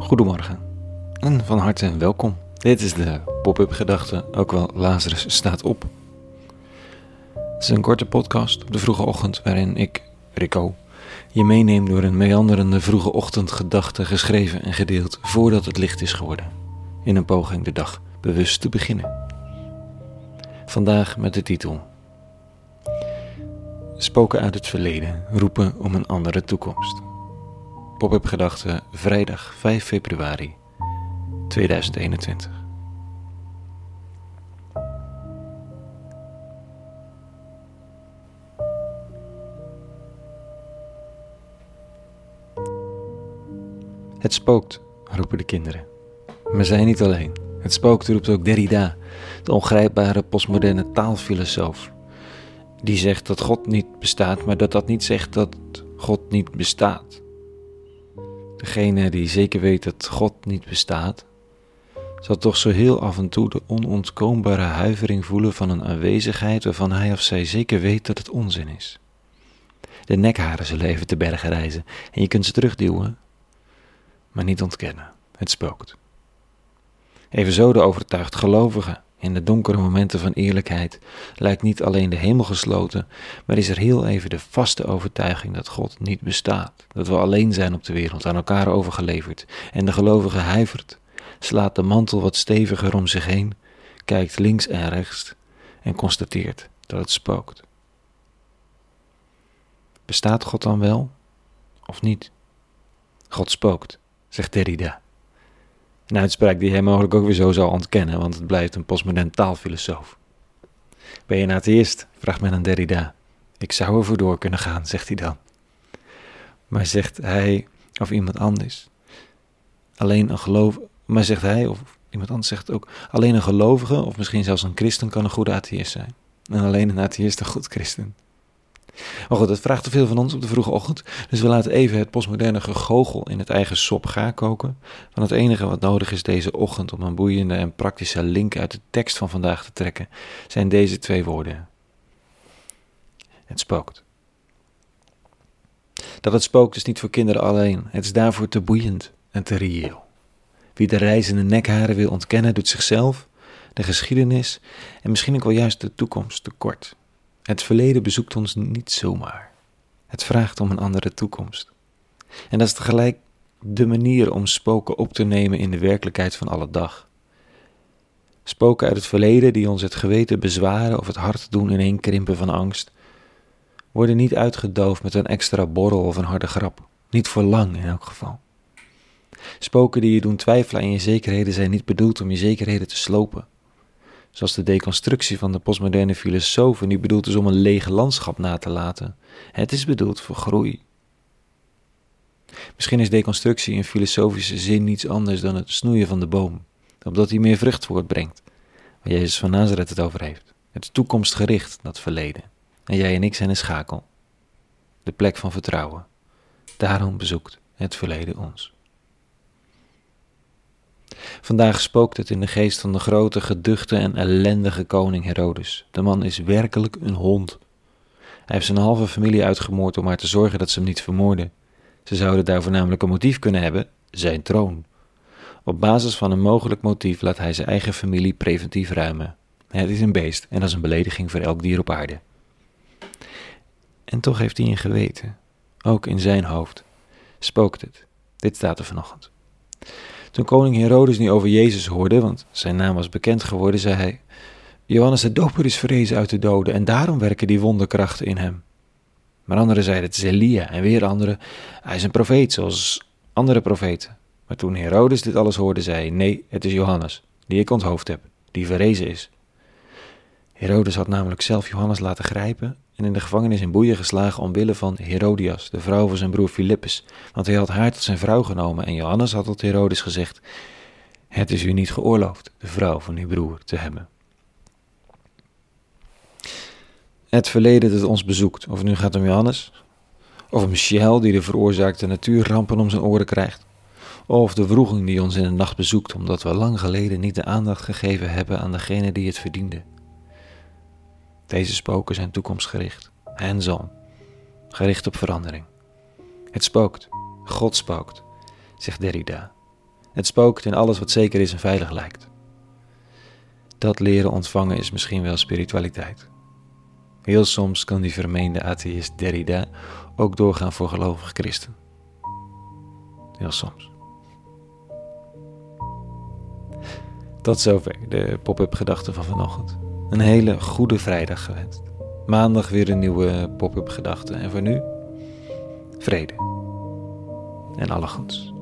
Goedemorgen en van harte welkom. Dit is de Pop-up Gedachte, ook wel Lazarus staat op. Het is een korte podcast op de vroege ochtend waarin ik, Rico, je meeneem door een meanderende vroege ochtendgedachte geschreven en gedeeld voordat het licht is geworden. In een poging de dag bewust te beginnen. Vandaag met de titel: Spoken uit het verleden roepen om een andere toekomst. Pop-up Gedachte, vrijdag 5 februari 2021. Het spookt, roepen de kinderen. Maar zij niet alleen. Het spookt roept ook Derrida, de ongrijpbare postmoderne taalfilosoof. Die zegt dat God niet bestaat, maar dat niet zegt dat God niet bestaat. Degene die zeker weet dat God niet bestaat, zal toch zo heel af en toe de onontkoombare huivering voelen van een aanwezigheid waarvan hij of zij zeker weet dat het onzin is. De nekharen zullen even te berge reizen en je kunt ze terugduwen, maar niet ontkennen. Het spookt. Evenzo de overtuigd gelovige. In de donkere momenten van eerlijkheid lijkt niet alleen de hemel gesloten, maar is er heel even de vaste overtuiging dat God niet bestaat. Dat we alleen zijn op de wereld, aan elkaar overgeleverd. En de gelovige huivert, slaat de mantel wat steviger om zich heen, kijkt links en rechts en constateert dat het spookt. Bestaat God dan wel of niet? God spookt, zegt Derrida. Een uitspraak die hij mogelijk ook weer zo zal ontkennen, want het blijft een postmodern taalfilosoof. Ben je een atheïst? Vraagt men aan Derrida. Ik zou ervoor door kunnen gaan, zegt hij dan. Maar zegt hij of iemand anders, maar zegt hij of iemand anders zegt ook, alleen een gelovige of misschien zelfs een christen kan een goede atheïst zijn. En alleen een atheïst een goed christen. Maar goed, het vraagt te veel van ons op de vroege ochtend, dus we laten even het postmoderne gegoochel in het eigen sop gaar koken. Van het enige wat nodig is deze ochtend om een boeiende en praktische link uit de tekst van vandaag te trekken, zijn deze 2 woorden. Het spookt. Dat het spookt is niet voor kinderen alleen, het is daarvoor te boeiend en te reëel. Wie de reizende nekharen wil ontkennen, doet zichzelf, de geschiedenis en misschien ook wel juist de toekomst tekort. Het verleden bezoekt ons niet zomaar. Het vraagt om een andere toekomst. En dat is tegelijk de manier om spoken op te nemen in de werkelijkheid van alle dag. Spoken uit het verleden die ons het geweten bezwaren of het hart doen ineenkrimpen van angst, worden niet uitgedoofd met een extra borrel of een harde grap. Niet voor lang in elk geval. Spoken die je doen twijfelen aan je zekerheden zijn niet bedoeld om je zekerheden te slopen. Zoals de deconstructie van de postmoderne filosofen niet bedoeld is om een leeg landschap na te laten. Het is bedoeld voor groei. Misschien is deconstructie in filosofische zin niets anders dan het snoeien van de boom, opdat hij meer vrucht voortbrengt, waar Jezus van Nazareth het over heeft. Het is toekomstgericht, dat verleden. En jij en ik zijn een schakel. De plek van vertrouwen. Daarom bezoekt het verleden ons. Vandaag spookt het in de geest van de grote, geduchte en ellendige koning Herodes. De man is werkelijk een hond. Hij heeft zijn halve familie uitgemoord om maar te zorgen dat ze hem niet vermoorden. Ze zouden daarvoor namelijk een motief kunnen hebben, zijn troon. Op basis van een mogelijk motief laat hij zijn eigen familie preventief ruimen. Het is een beest en dat is een belediging voor elk dier op aarde. En toch heeft hij een geweten. Ook in zijn hoofd spookt het. Dit staat er vanochtend. Toen koning Herodes nu over Jezus hoorde, want zijn naam was bekend geworden, zei hij: Johannes de Doper is verrezen uit de doden en daarom werken die wonderkrachten in hem. Maar anderen zeiden: het is Elia, en weer anderen: hij is een profeet zoals andere profeten. Maar toen Herodes dit alles hoorde, zei hij: nee, het is Johannes, die ik onthoofd heb, die verrezen is. Herodes had namelijk zelf Johannes laten grijpen en in de gevangenis in boeien geslagen omwille van Herodias, de vrouw van zijn broer Filippus, want hij had haar tot zijn vrouw genomen en Johannes had tot Herodes gezegd: het is u niet geoorloofd de vrouw van uw broer te hebben. Het verleden dat ons bezoekt, of het nu gaat om Johannes, of om Michel die de veroorzaakte natuurrampen om zijn oren krijgt, of de wroeging die ons in de nacht bezoekt omdat we lang geleden niet de aandacht gegeven hebben aan degene die het verdiende. Deze spoken zijn toekomstgericht, hands-on, gericht op verandering. Het spookt, God spookt, zegt Derrida. Het spookt in alles wat zeker is en veilig lijkt. Dat leren ontvangen is misschien wel spiritualiteit. Heel soms kan die vermeende atheïst Derrida ook doorgaan voor gelovig christen. Heel soms. Tot zover de pop-up gedachten van vanochtend. Een hele goede vrijdag gewenst. Maandag weer een nieuwe pop-up gedachte. En voor nu, vrede en alle goeds.